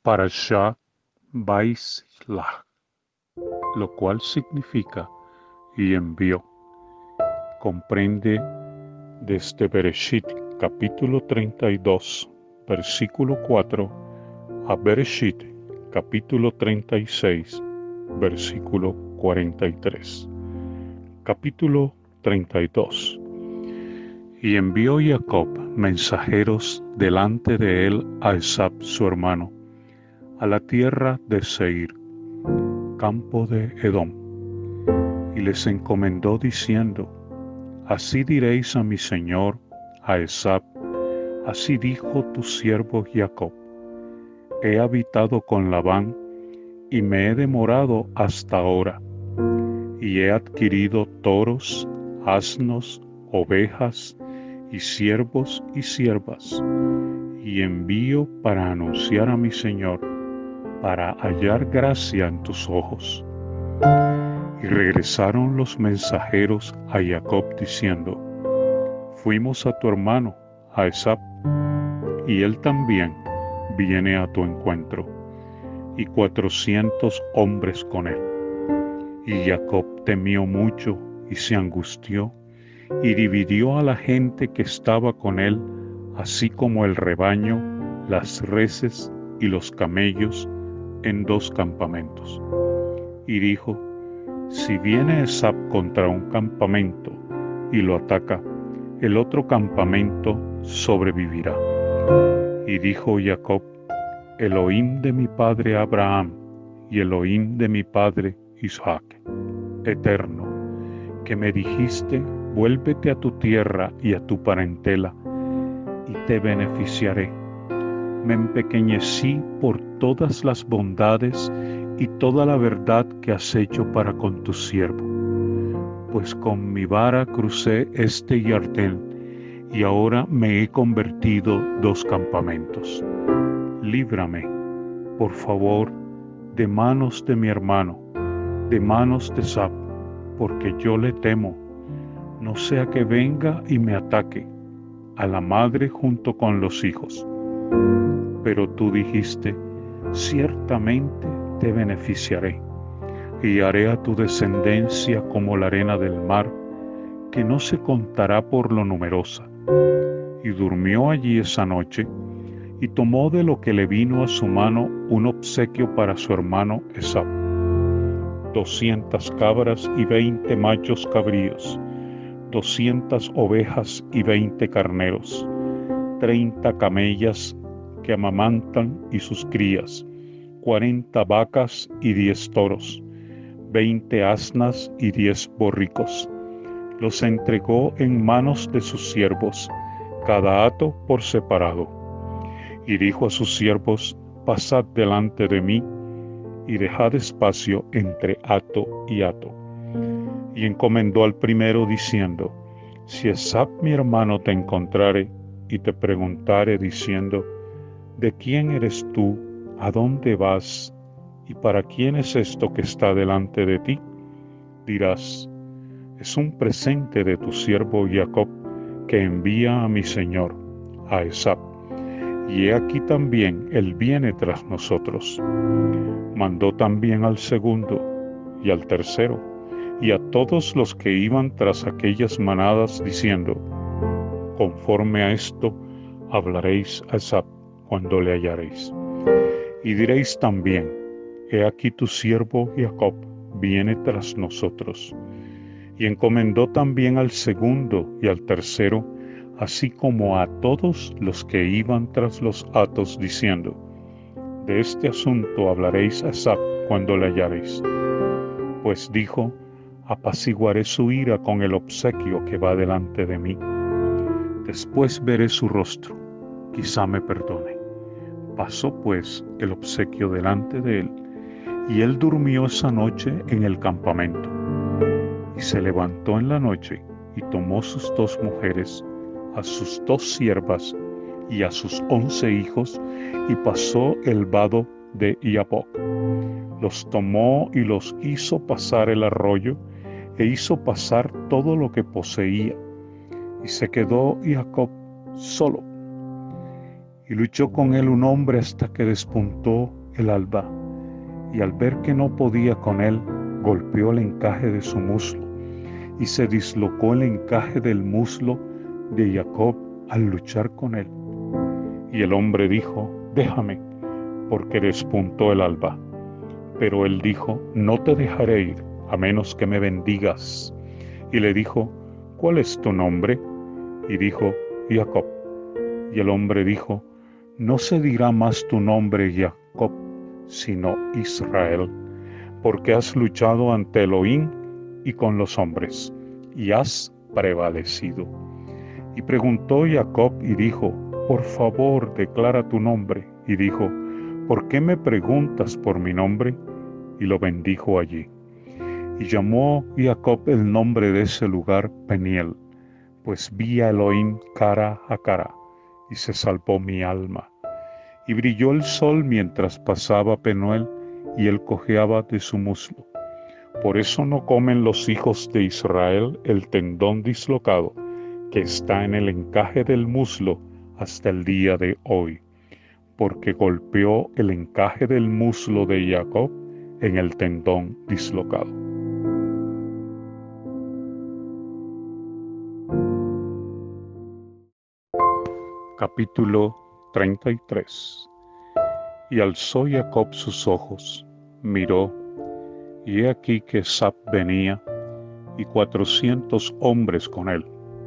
Parashá Vaishlach, lo cual significa y envió. Comprende desde Bereshit capítulo 32, versículo 4, a Bereshit capítulo 36, versículo 43. Capítulo 32. Y envió Jacob mensajeros delante de él a Esab su hermano, a la tierra de Seir, campo de Edom, y les encomendó diciendo: Así diréis a mi señor, a Esab, así dijo tu siervo Jacob: He habitado con Labán y me he demorado hasta ahora, y he adquirido toros, asnos, ovejas, y siervos y siervas, y envío para anunciar a mi señor, para hallar gracia en tus ojos. Y regresaron los mensajeros a Jacob diciendo: Fuimos a tu hermano, a Esab, y él también viene a tu encuentro, y 400 hombres con él. Y Jacob temió mucho y se angustió, y dividió a la gente que estaba con él, así como el rebaño, las reses y los camellos, en 2 campamentos. Y dijo: Si viene Esab contra un campamento y lo ataca, el otro campamento sobrevivirá. Y dijo Jacob: Elohim de mi padre Abraham y Elohim de mi padre Isaac, eterno, que me dijiste: Vuélvete a tu tierra y a tu parentela, y te beneficiaré. Me empequeñecí por todas las bondades y toda la verdad que has hecho para con tu siervo, pues con mi vara crucé este Jardín, y ahora me he convertido 2 campamentos. Líbrame, por favor, de manos de mi hermano, de manos de Esab, porque yo le temo, no sea que venga y me ataque, a la madre junto con los hijos. Pero tú dijiste: Ciertamente te beneficiaré, y haré a tu descendencia como la arena del mar, que no se contará por lo numerosa. Y durmió allí esa noche, y tomó de lo que le vino a su mano un obsequio para su hermano Esab: 200 cabras y 20 machos cabríos, 200 ovejas y 20 carneros, 30 camellas que amamantan y sus crías, 40 vacas y 10 toros, 20 asnas y 10 borricos. Los entregó en manos de sus siervos, cada hato por separado. Y dijo a sus siervos: Pasad delante de mí, y dejad espacio entre hato y hato. Y encomendó al primero diciendo: Si Esab mi hermano te encontrare y te preguntare diciendo: ¿De quién eres tú? ¿A dónde vas? ¿Y para quién es esto que está delante de ti? Dirás: Es un presente de tu siervo Jacob, que envía a mi señor, a Esab. Y he aquí también él viene tras nosotros. Mandó también al segundo y al tercero, y a todos los que iban tras aquellas manadas, diciendo: Conforme a esto hablaréis a Esab cuando le hallaréis. Y diréis también: He aquí tu siervo Jacob viene tras nosotros. Y encomendó también al segundo y al tercero, así como a todos los que iban tras los hatos, diciendo: De este asunto hablaréis a Esab cuando le hallaréis. Pues dijo: Apaciguaré su ira con el obsequio que va delante de mí. Después veré su rostro, quizá me perdone. Pasó pues el obsequio delante de él, y él durmió esa noche en el campamento. Y se levantó en la noche, y tomó sus 2 mujeres, a sus 2 siervas, y a sus 11 hijos, y pasó el vado de Jaboc. Los tomó y los hizo pasar el arroyo, e hizo pasar todo lo que poseía, y se quedó Jacob solo. Y luchó con él un hombre hasta que despuntó el alba, y al ver que no podía con él, golpeó el encaje de su muslo, y se dislocó el encaje del muslo de Jacob al luchar con él. Y el hombre dijo: déjame, porque despuntó el alba. Pero él dijo: no te dejaré ir, a menos que me bendigas. Y le dijo: ¿cuál es tu nombre? Y dijo: Jacob. Y el hombre dijo: no se dirá más tu nombre Jacob, sino Israel, porque has luchado ante Elohim y con los hombres, y has prevalecido. Y preguntó Jacob y dijo: por favor, declara tu nombre. Y dijo: ¿por qué me preguntas por mi nombre? Y lo bendijo allí. Y llamó Jacob el nombre de ese lugar Peniel, pues vi a Elohim cara a cara, y se salvó mi alma. Y brilló el sol mientras pasaba Penuel, y él cojeaba de su muslo. Por eso no comen los hijos de Israel el tendón dislocado que está en el encaje del muslo hasta el día de hoy, porque golpeó el encaje del muslo de Jacob en el tendón dislocado. Capítulo 33. Y alzó Jacob sus ojos, miró, y he aquí que Esab venía, y 400 hombres con él.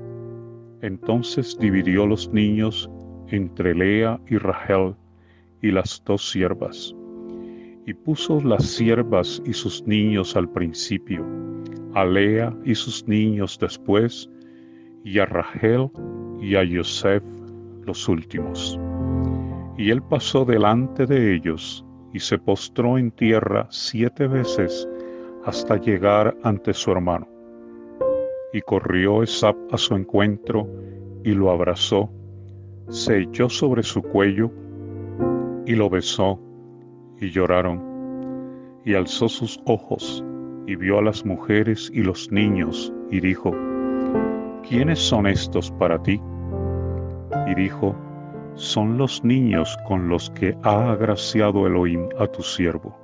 Entonces dividió los niños entre Lea y Rachel y las 2 siervas, y puso las siervas y sus niños al principio, a Lea y sus niños después, y a Rachel y a Yosef los últimos. Y él pasó delante de ellos, y se postró en tierra 7 veces hasta llegar ante su hermano. Y corrió Esab a su encuentro, y lo abrazó, se echó sobre su cuello, y lo besó, y lloraron. Y alzó sus ojos, y vio a las mujeres y los niños, y dijo: ¿quiénes son estos para ti? Y dijo: son los niños con los que ha agraciado Elohim a tu siervo.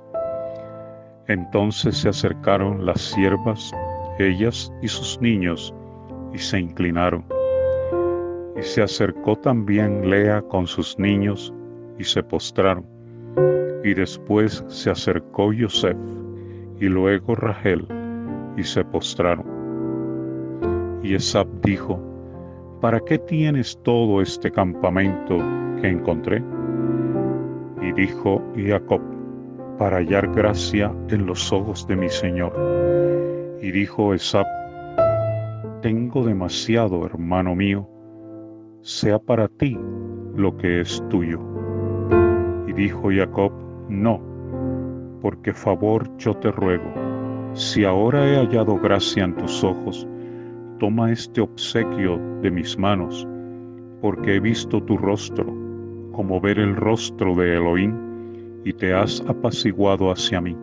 Entonces se acercaron las siervas, ellas y sus niños, y se inclinaron. Y se acercó también Lea con sus niños, y se postraron. Y después se acercó Yosef, y luego Rachel, y se postraron. Y Esab dijo: ¿para qué tienes todo este campamento que encontré? Y dijo Jacob: para hallar gracia en los ojos de mi señor. Y dijo Esab: tengo demasiado, hermano mío, sea para ti lo que es tuyo. Y dijo Jacob: no, porque favor yo te ruego, si ahora he hallado gracia en tus ojos, toma este obsequio de mis manos, porque he visto tu rostro, como ver el rostro de Elohim, y te has apaciguado hacia mí.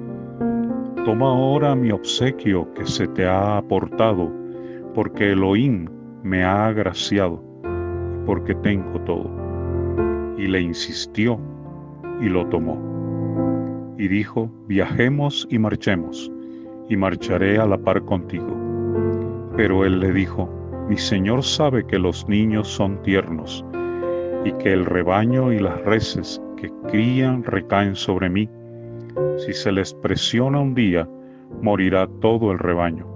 Toma ahora mi obsequio que se te ha aportado, porque Elohim me ha agraciado, y porque tengo todo. Y le insistió, y lo tomó. Y dijo: viajemos y marchemos, y marcharé a la par contigo. Pero él le dijo: mi señor sabe que los niños son tiernos, y que el rebaño y las reses que crían recaen sobre mí. Si se les presiona un día, morirá todo el rebaño.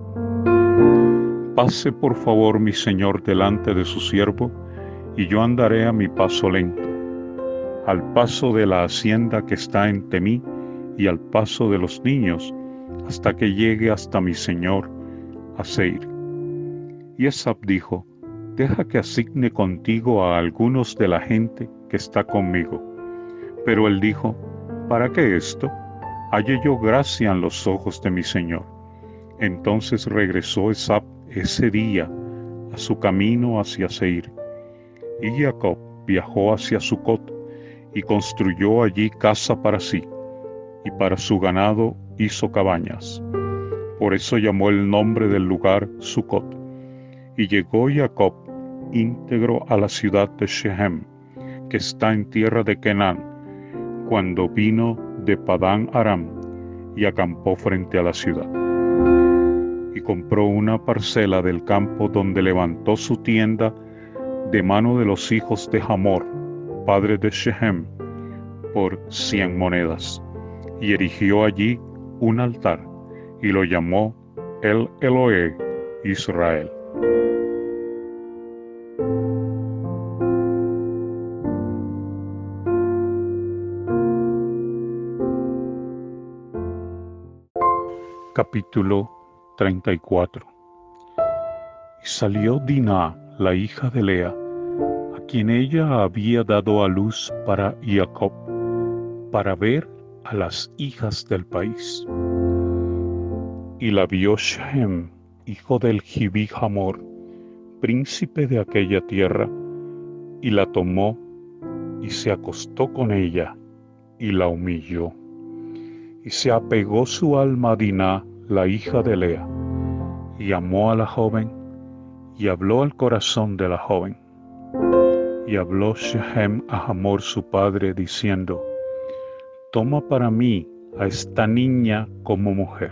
Pase por favor mi señor delante de su siervo, y yo andaré a mi paso lento, al paso de la hacienda que está ante mí, y al paso de los niños, hasta que llegue hasta mi señor a Seir. Y Esab dijo: deja que asigne contigo a algunos de la gente que está conmigo. Pero él dijo: ¿para qué esto? Halle yo gracia en los ojos de mi señor. Entonces regresó Esab ese día a su camino hacia Seir. Y Jacob viajó hacia Sucot, y construyó allí casa para sí, y para su ganado hizo cabañas. Por eso llamó el nombre del lugar Sucot. Y llegó Jacob íntegro a la ciudad de Shehem, que está en tierra de Canaán, cuando vino de Padán Aram y acampó frente a la ciudad. Y compró una parcela del campo donde levantó su tienda de mano de los hijos de Hamor, padre de Shechem, por 100 monedas, y erigió allí un altar, y lo llamó El Elohe Israel. Capítulo 34. Y salió Diná, la hija de Lea, a quien ella había dado a luz para Jacob, para ver a las hijas del país. Y la vio Shechem, hijo del Jibí Hamor, príncipe de aquella tierra, y la tomó y se acostó con ella y la humilló. Y se apegó su alma a Diná, la hija de Lea, y amó a la joven, y habló al corazón de la joven. Y habló Shechem a Hamor su padre, diciendo: Toma para mí a esta niña como mujer.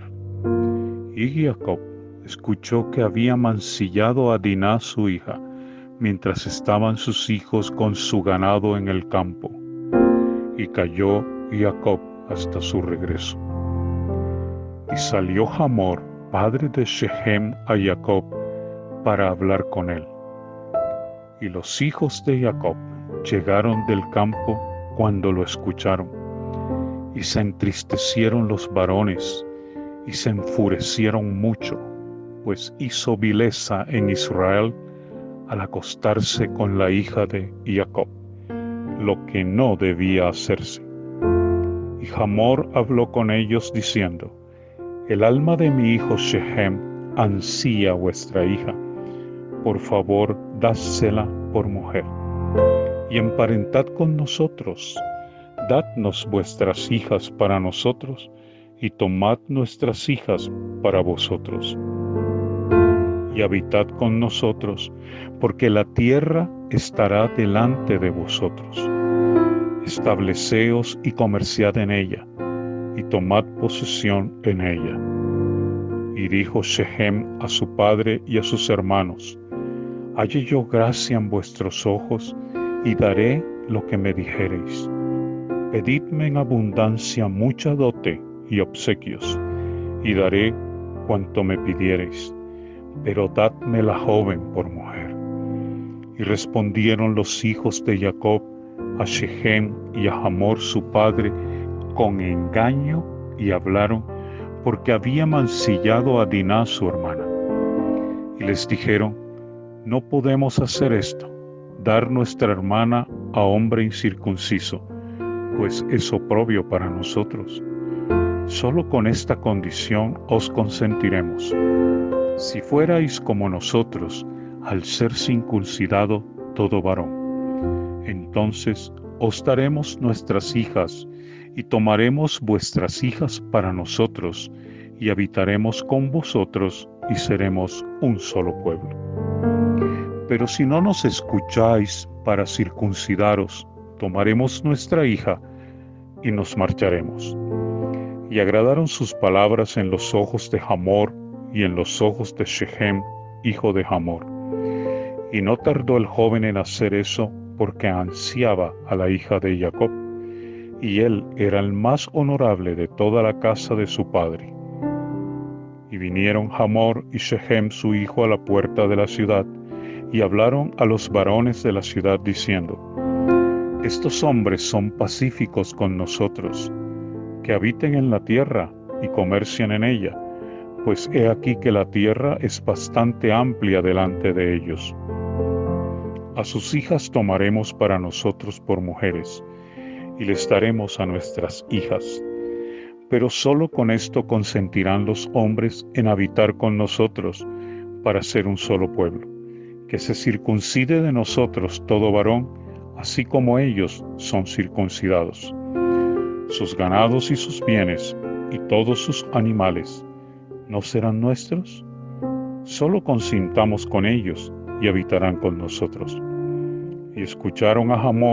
Y Jacob escuchó que había mancillado a Diná su hija, mientras estaban sus hijos con su ganado en el campo. Y cayó Jacob hasta su regreso. Y salió Hamor, padre de Shechem, a Jacob para hablar con él. Y los hijos de Jacob llegaron del campo cuando lo escucharon, y se entristecieron los varones, y se enfurecieron mucho, pues hizo vileza en Israel al acostarse con la hija de Jacob, lo que no debía hacerse. Y Hamor habló con ellos diciendo: El alma de mi hijo Shechem ansía a vuestra hija, por favor, dásela por mujer, y emparentad con nosotros, dadnos vuestras hijas para nosotros, y tomad nuestras hijas para vosotros. Y habitad con nosotros, porque la tierra estará delante de vosotros. Estableceos y comerciad en ella, y tomad posesión en ella. Y dijo Shechem a su padre y a sus hermanos: Halle yo gracia en vuestros ojos, y daré lo que me dijereis. Pedidme en abundancia mucha dote y obsequios, y daré cuanto me pidiereis, pero dadme la joven por mujer. Y respondieron los hijos de Jacob a Shechem y a Hamor su padre con engaño, y hablaron, porque había mancillado a Diná su hermana. Y les dijeron: No podemos hacer esto, dar nuestra hermana a hombre incircunciso, pues es oprobio para nosotros. Solo con esta condición os consentiremos: si fuerais como nosotros, al ser circuncidado todo varón, entonces os daremos nuestras hijas, y tomaremos vuestras hijas para nosotros, y habitaremos con vosotros, y seremos un solo pueblo. Pero si no nos escucháis para circuncidaros, tomaremos nuestra hija, y nos marcharemos. Y agradaron sus palabras en los ojos de Hamor y en los ojos de Shechem, hijo de Hamor. Y no tardó el joven en hacer eso, porque ansiaba a la hija de Jacob, y él era el más honorable de toda la casa de su padre. Y vinieron Hamor y Shechem su hijo a la puerta de la ciudad, y hablaron a los varones de la ciudad diciendo: Estos hombres son pacíficos con nosotros, que habiten en la tierra y comercien en ella, pues he aquí que la tierra es bastante amplia delante de ellos. A sus hijas tomaremos para nosotros por mujeres, y les daremos a nuestras hijas. Pero solo con esto consentirán los hombres en habitar con nosotros, para ser un solo pueblo, que se circuncide de nosotros todo varón, así como ellos son circuncidados. Sus ganados y sus bienes, y todos sus animales, ¿no serán nuestros? Solo consintamos con ellos, y habitarán con nosotros. Y escucharon a Hamor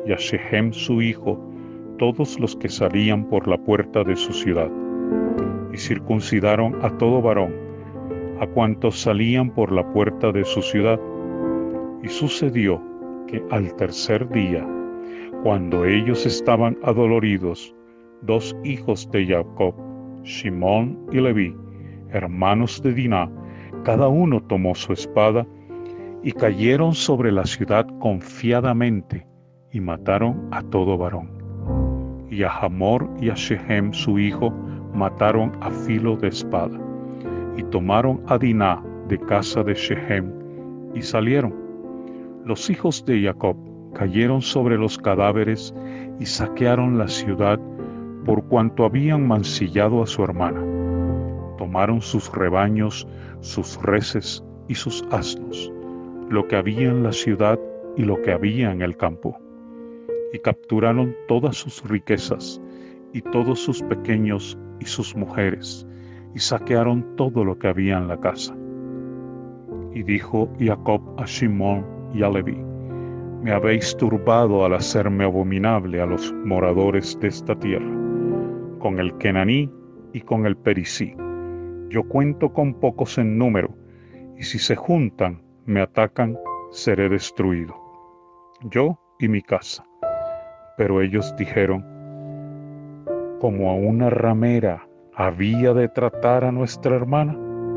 y a Shechem su hijo todos los que salían por la puerta de su ciudad. Y circuncidaron a todo varón, a cuantos salían por la puerta de su ciudad. Y sucedió que al tercer día, cuando ellos estaban adoloridos, 2 hijos de Jacob, Shimón y Leví, hermanos de Diná, cada uno tomó su espada y cayeron sobre la ciudad confiadamente y mataron a todo varón. Y a Hamor y a Shechem su hijo mataron a filo de espada. Y tomaron a Diná de casa de Shechem y salieron. Los hijos de Jacob cayeron sobre los cadáveres y saquearon la ciudad por cuanto habían mancillado a su hermana. Tomaron sus rebaños, sus reses y sus asnos, lo que había en la ciudad y lo que había en el campo. Y capturaron todas sus riquezas y todos sus pequeños y sus mujeres, y saquearon todo lo que había en la casa. Y dijo Jacob a Shimón y a Leví: me habéis turbado al hacerme abominable a los moradores de esta tierra, con el Kenaní y con el Perizí. Yo cuento con pocos en número, y si se juntan, me atacan, seré destruido, yo y mi casa. Pero ellos dijeron: como a una ramera había de tratar a nuestra hermana.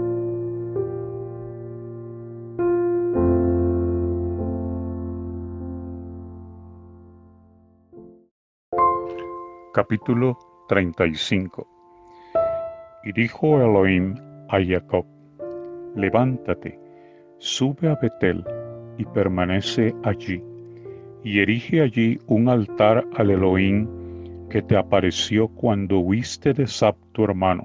Capítulo 35. Y dijo Elohim a Jacob: levántate, sube a Betel y permanece allí, y erige allí un altar al Elohim que te apareció cuando huiste de Sab tu hermano.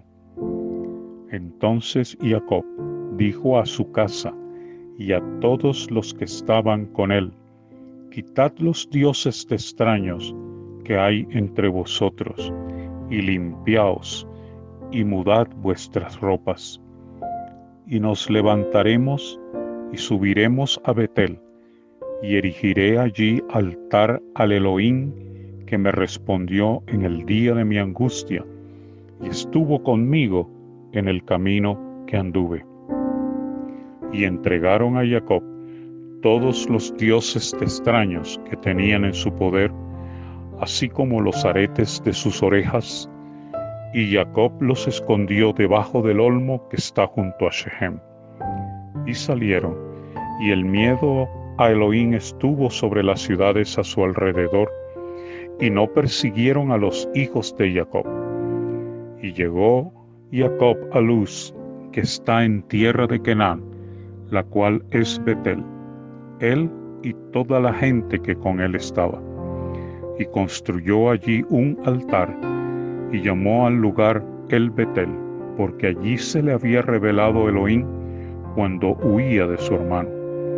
Entonces Jacob dijo a su casa y a todos los que estaban con él: quitad los dioses de extraños que hay entre vosotros, y limpiaos, y mudad vuestras ropas. Y nos levantaremos y subiremos a Betel, y erigiré allí altar al Elohim que me respondió en el día de mi angustia, y estuvo conmigo en el camino que anduve. Y entregaron a Jacob todos los dioses de extraños que tenían en su poder, así como los aretes de sus orejas, y Jacob los escondió debajo del olmo que está junto a Shechem. Y salieron, y el miedo a Elohim estuvo sobre las ciudades a su alrededor, y no persiguieron a los hijos de Jacob. Y llegó Jacob a Luz, que está en tierra de Canaán, la cual es Betel, él y toda la gente que con él estaba. Y construyó allí un altar, y llamó al lugar El Betel, porque allí se le había revelado Elohim cuando huía de su hermano.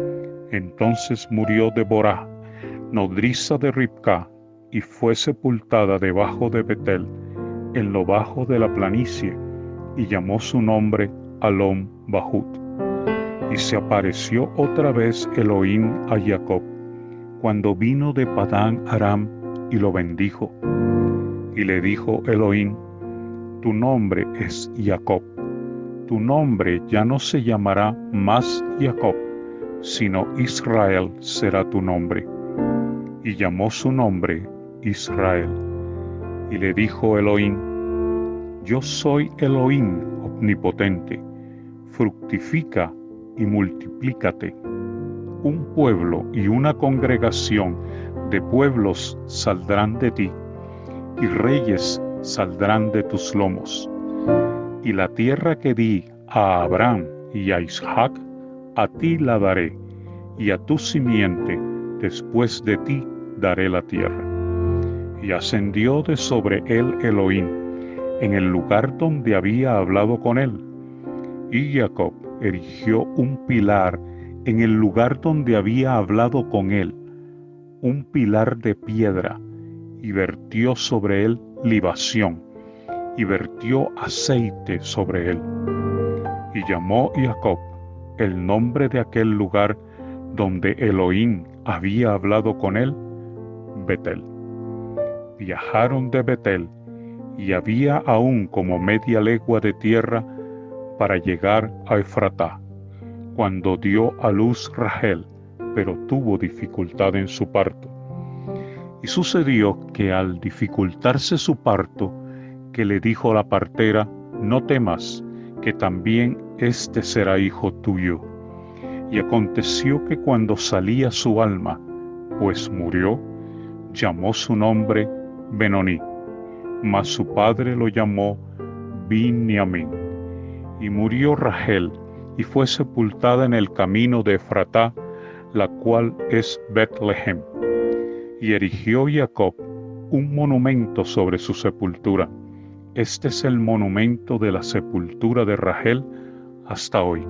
Entonces murió Deborah, nodriza de Ribcá, y fue sepultada debajo de Betel, en lo bajo de la planicie, y llamó su nombre Alom Bahut. Y se apareció otra vez Elohim a Jacob, cuando vino de Padán Aram, y lo bendijo. Y le dijo Elohim: tu nombre es Jacob, tu nombre ya no se llamará más Jacob, sino Israel será tu nombre. Y llamó su nombre Israel. Y le dijo Elohim: yo soy Elohim omnipotente, fructifica y multiplícate. Un pueblo y una congregación de pueblos saldrán de ti, y reyes saldrán de tus lomos. Y la tierra que di a Abraham y a Isaac, a ti la daré, y a tu simiente después de ti daré la tierra. Y ascendió de sobre él Elohim en el lugar donde había hablado con él. Y Jacob erigió un pilar en el lugar donde había hablado con él, un pilar de piedra, y vertió sobre él libación, y vertió aceite sobre él. Y llamó Jacob el nombre de aquel lugar donde Elohim había hablado con él, Betel. Viajaron de Betel, y había aún como media legua de tierra para llegar a Efratá, cuando dio a luz Rachel, pero tuvo dificultad en su parto. Y sucedió que al dificultarse su parto, que le dijo la partera: no temas, que también este será hijo tuyo. Y aconteció que cuando salía su alma, pues murió, llamó su nombre Benoní, mas su padre lo llamó Binniamín. Y murió Rachel, y fue sepultada en el camino de Efratá, la cual es Betlehem. Y erigió Jacob un monumento sobre su sepultura. Este es el monumento de la sepultura de Rachel hasta hoy.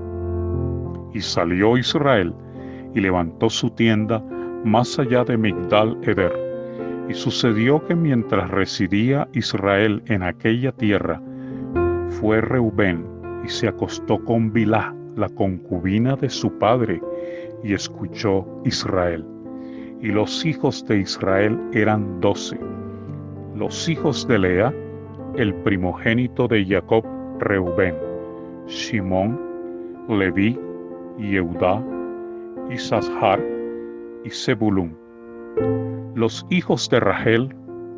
Y salió Israel, y levantó su tienda más allá de Migdal Eder. Y sucedió que mientras residía Israel en aquella tierra, fue Reubén y se acostó con Bilhá, la concubina de su padre, y escuchó Israel. Y los hijos de Israel eran 12. Los hijos de Lea, el primogénito de Jacob, Reubén, Shimón, Leví, Yehudá, Isachar y Zebulún. Los hijos de Rachel,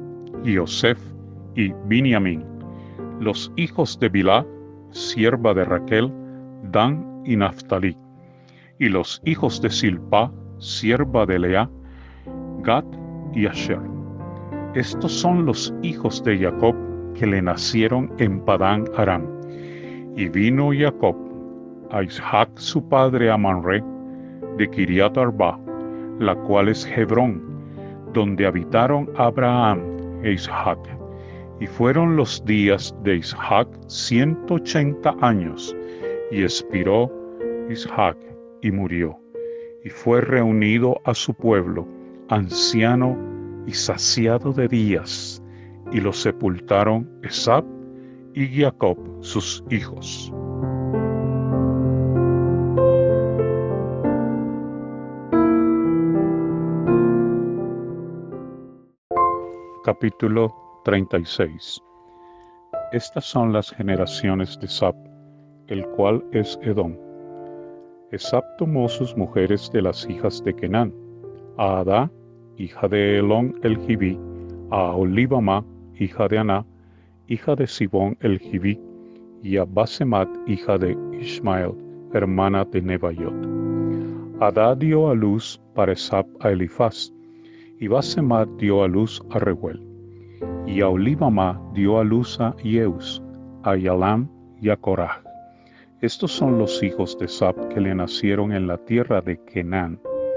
Yosef y Binniamín. Los hijos de Bilhá, sierva de Rachel, Dan y Naftalí. Y los hijos de Silpá, sierva de Lea, Gad y Asher. Estos son los hijos de Jacob que le nacieron en Padán Aram. Y vino Jacob a Isaac su padre a Manré de Kiriat Arba, la cual es Hebrón, donde habitaron Abraham e Isaac. Y fueron los días de Isaac 180 años, y expiró Isaac y murió, y fue reunido a su pueblo, anciano y saciado de días, y lo sepultaron Esab y Jacob sus hijos. Capítulo 36. Estas son las generaciones de Esab, el cual es Edom. Esab tomó sus mujeres de las hijas de Kenán, a Adá, hija de Elón el Gibí, a Olibamá, hija de Aná, hija de Sibón el Gibí, y a Basemat, hija de Ismael, hermana de Nebaiot. Adá dio a luz para Esab a Elifaz, y Basemat dio a luz a Reuel. Y a Olibamá dio a luz a Yeus, a Yalam y a Coraj. Estos son los hijos de Esab que le nacieron en la tierra de Kenán.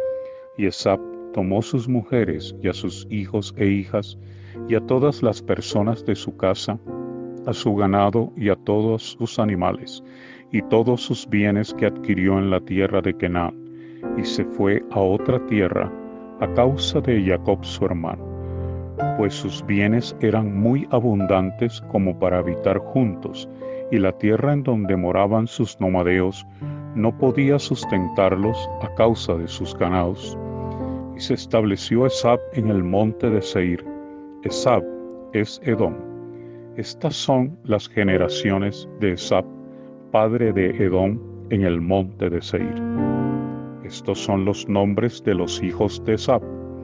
Y Esab tomó sus mujeres y a sus hijos e hijas, y a todas las personas de su casa, a su ganado y a todos sus animales, y todos sus bienes que adquirió en la tierra de Kenán, y se fue a otra tierra, a causa de Jacob su hermano, pues sus bienes eran muy abundantes como para habitar juntos, y la tierra en donde moraban sus nomadeos no podía sustentarlos a causa de sus ganados. Y se estableció Esab en el monte de Seir. Esab es Edom. Estas son las generaciones de Esab, padre de Edom, en el monte de Seir. Estos son los nombres de los hijos de Esab: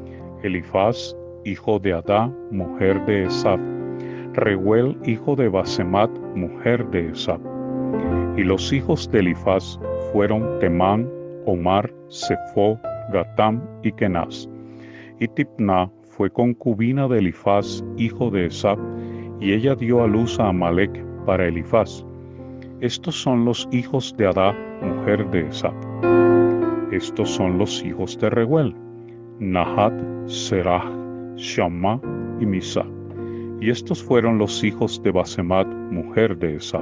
Elifaz, hijo de Adá, mujer de Esab; Reuel, hijo de Basemat, mujer de Esab. Y los hijos de Elifaz fueron Temán, Omar, Sefo, Gatam y Kenaz. Y Tipná fue concubina de Elifaz, hijo de Esab, y ella dio a luz a Amalec para Elifaz. Estos son los hijos de Adá, mujer de Esab. Estos son los hijos de Reuel: Nahat, Serach, Shammá y Misa. Y estos fueron los hijos de Basemat, mujer de Esab.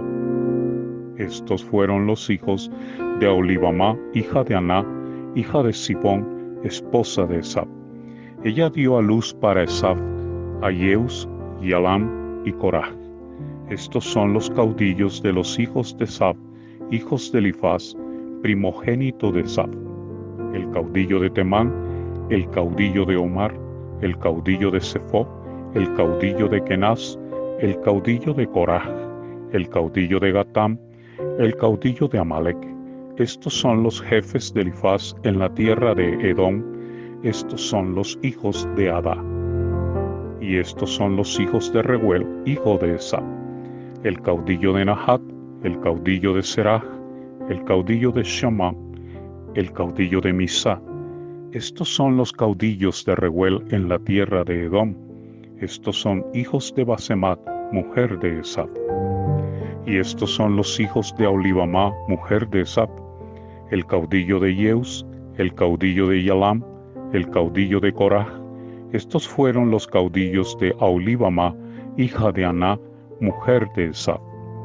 Estos fueron los hijos de Olibamá, hija de Aná, hija de Sibón, esposa de Esab. Ella dio a luz para Esab a Yeus, Yalam y Coraj. Estos son los caudillos de los hijos de Esab, hijos de Elifaz, primogénito de Esab: el caudillo de Temán, el caudillo de Omar, el caudillo de Sefo, el caudillo de Kenaz, el caudillo de Coraj, el caudillo de Gatam, el caudillo de Amalek. Estos son los jefes de Elifaz en la tierra de Edom. Estos son los hijos de Adá. Y estos son los hijos de Reuel, hijo de Esab, el caudillo de Nahat, el caudillo de Seraj, el caudillo de Shammah, el caudillo de Misa. Estos son los caudillos de Reuel en la tierra de Edom. Estos son hijos de Basemat, mujer de Esab. Y estos son los hijos de Aholibamá, mujer de Esab, el caudillo de Yeus, el caudillo de Yalam, el caudillo de Coraj. Estos fueron los caudillos de Aholibamá, hija de Aná, mujer de Esab.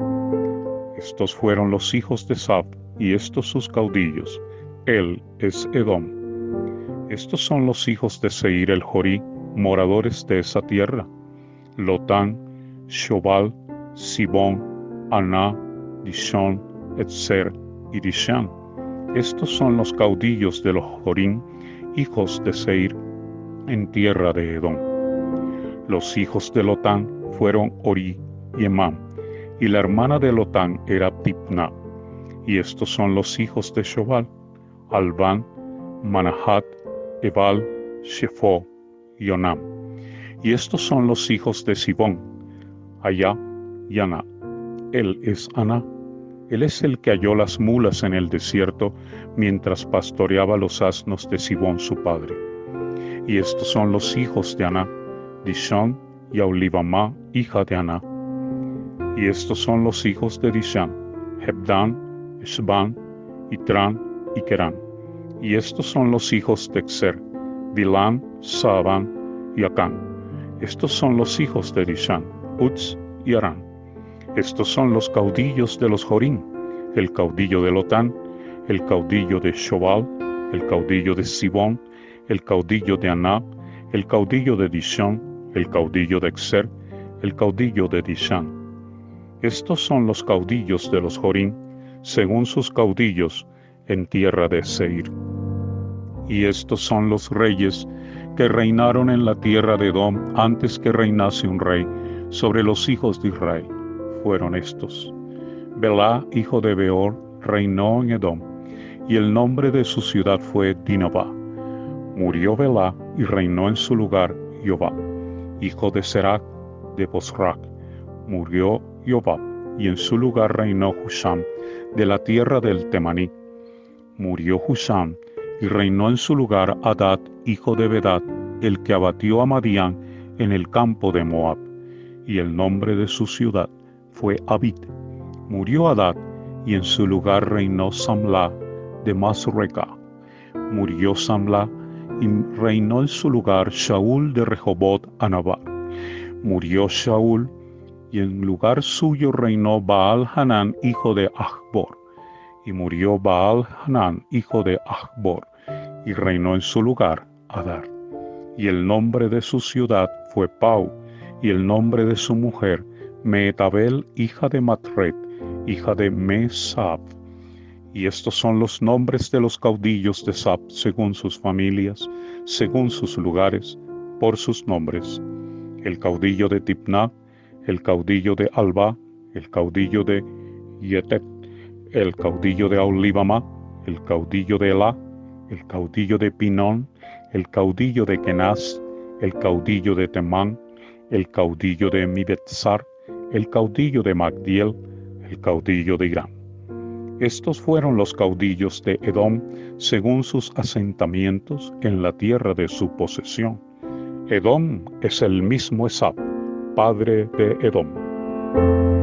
Estos fueron los hijos de Esab, y estos sus caudillos. Él es Edom. Estos son los hijos de Seir el Jorí, moradores de esa tierra: Lotán, Shobal, Sibón, Aná, Dishón, Etzer y Dishan. Estos son los caudillos de los Jorim, hijos de Seir, en tierra de Edom. Los hijos de Lotán fueron Ori y Emam, y la hermana de Lotán era Tipna. Y estos son los hijos de Shobal: Alban, Manahat, Ebal, Shefo y Onam. Y estos son los hijos de Sibón: Ayá y Aná. Él es Aná. Él es el que halló las mulas en el desierto mientras pastoreaba los asnos de Sibón su padre. Y estos son los hijos de Aná: Dishán y Aholibamá, hija de Aná. Y estos son los hijos de Dishán: Hebdán, Eshban, Itran y Kerán. Y estos son los hijos de Etzer: Bilán, Saabán y Acán. Estos son los hijos de Dishán: Uz y Arán. Estos son los caudillos de los Jorim: el caudillo de Lotán, el caudillo de Shobal, el caudillo de Sibón, el caudillo de Aná, el caudillo de Dishán, el caudillo de Etzer, el caudillo de Dishán. Estos son los caudillos de los Jorim, según sus caudillos, en tierra de Seir. Y estos son los reyes que reinaron en la tierra de Edom antes que reinase un rey sobre los hijos de Israel. Fueron estos: Belá, hijo de Beor, reinó en Edom, y el nombre de su ciudad fue Dinabá. Murió Belá y reinó en su lugar Jobab, hijo de Serac de Bosrac. Murió Jobab, y en su lugar reinó Husham de la tierra del Temaní. Murió Husham, y reinó en su lugar Hadad, hijo de Bedad, el que abatió a Madián en el campo de Moab, y el nombre de su ciudad fue Abid. Murió Hadad, y en su lugar reinó Samla de Masreca. Murió Samla, y reinó en su lugar Shaul de Rehobot Anabá. Murió Shaul, y en lugar suyo reinó Baal-Hanán, hijo de Achbor. Y murió Baal-Hanán, hijo de Achbor, y reinó en su lugar Adar. Y el nombre de su ciudad fue Pau, y el nombre de su mujer Meetabel, hija de Matred, hija de Mesab. Y estos son los nombres de los caudillos de Sab, según sus familias, según sus lugares, por sus nombres: el caudillo de Tipná, el caudillo de Alba, el caudillo de Yetet, el caudillo de Aholibamá, el caudillo de Elá, el caudillo de Pinón, el caudillo de Kenaz, el caudillo de Temán, el caudillo de Mibetzar, el caudillo de Magdiel, el caudillo de Irán. Estos fueron los caudillos de Edom según sus asentamientos en la tierra de su posesión. Edom es el mismo Esab, padre de Edom.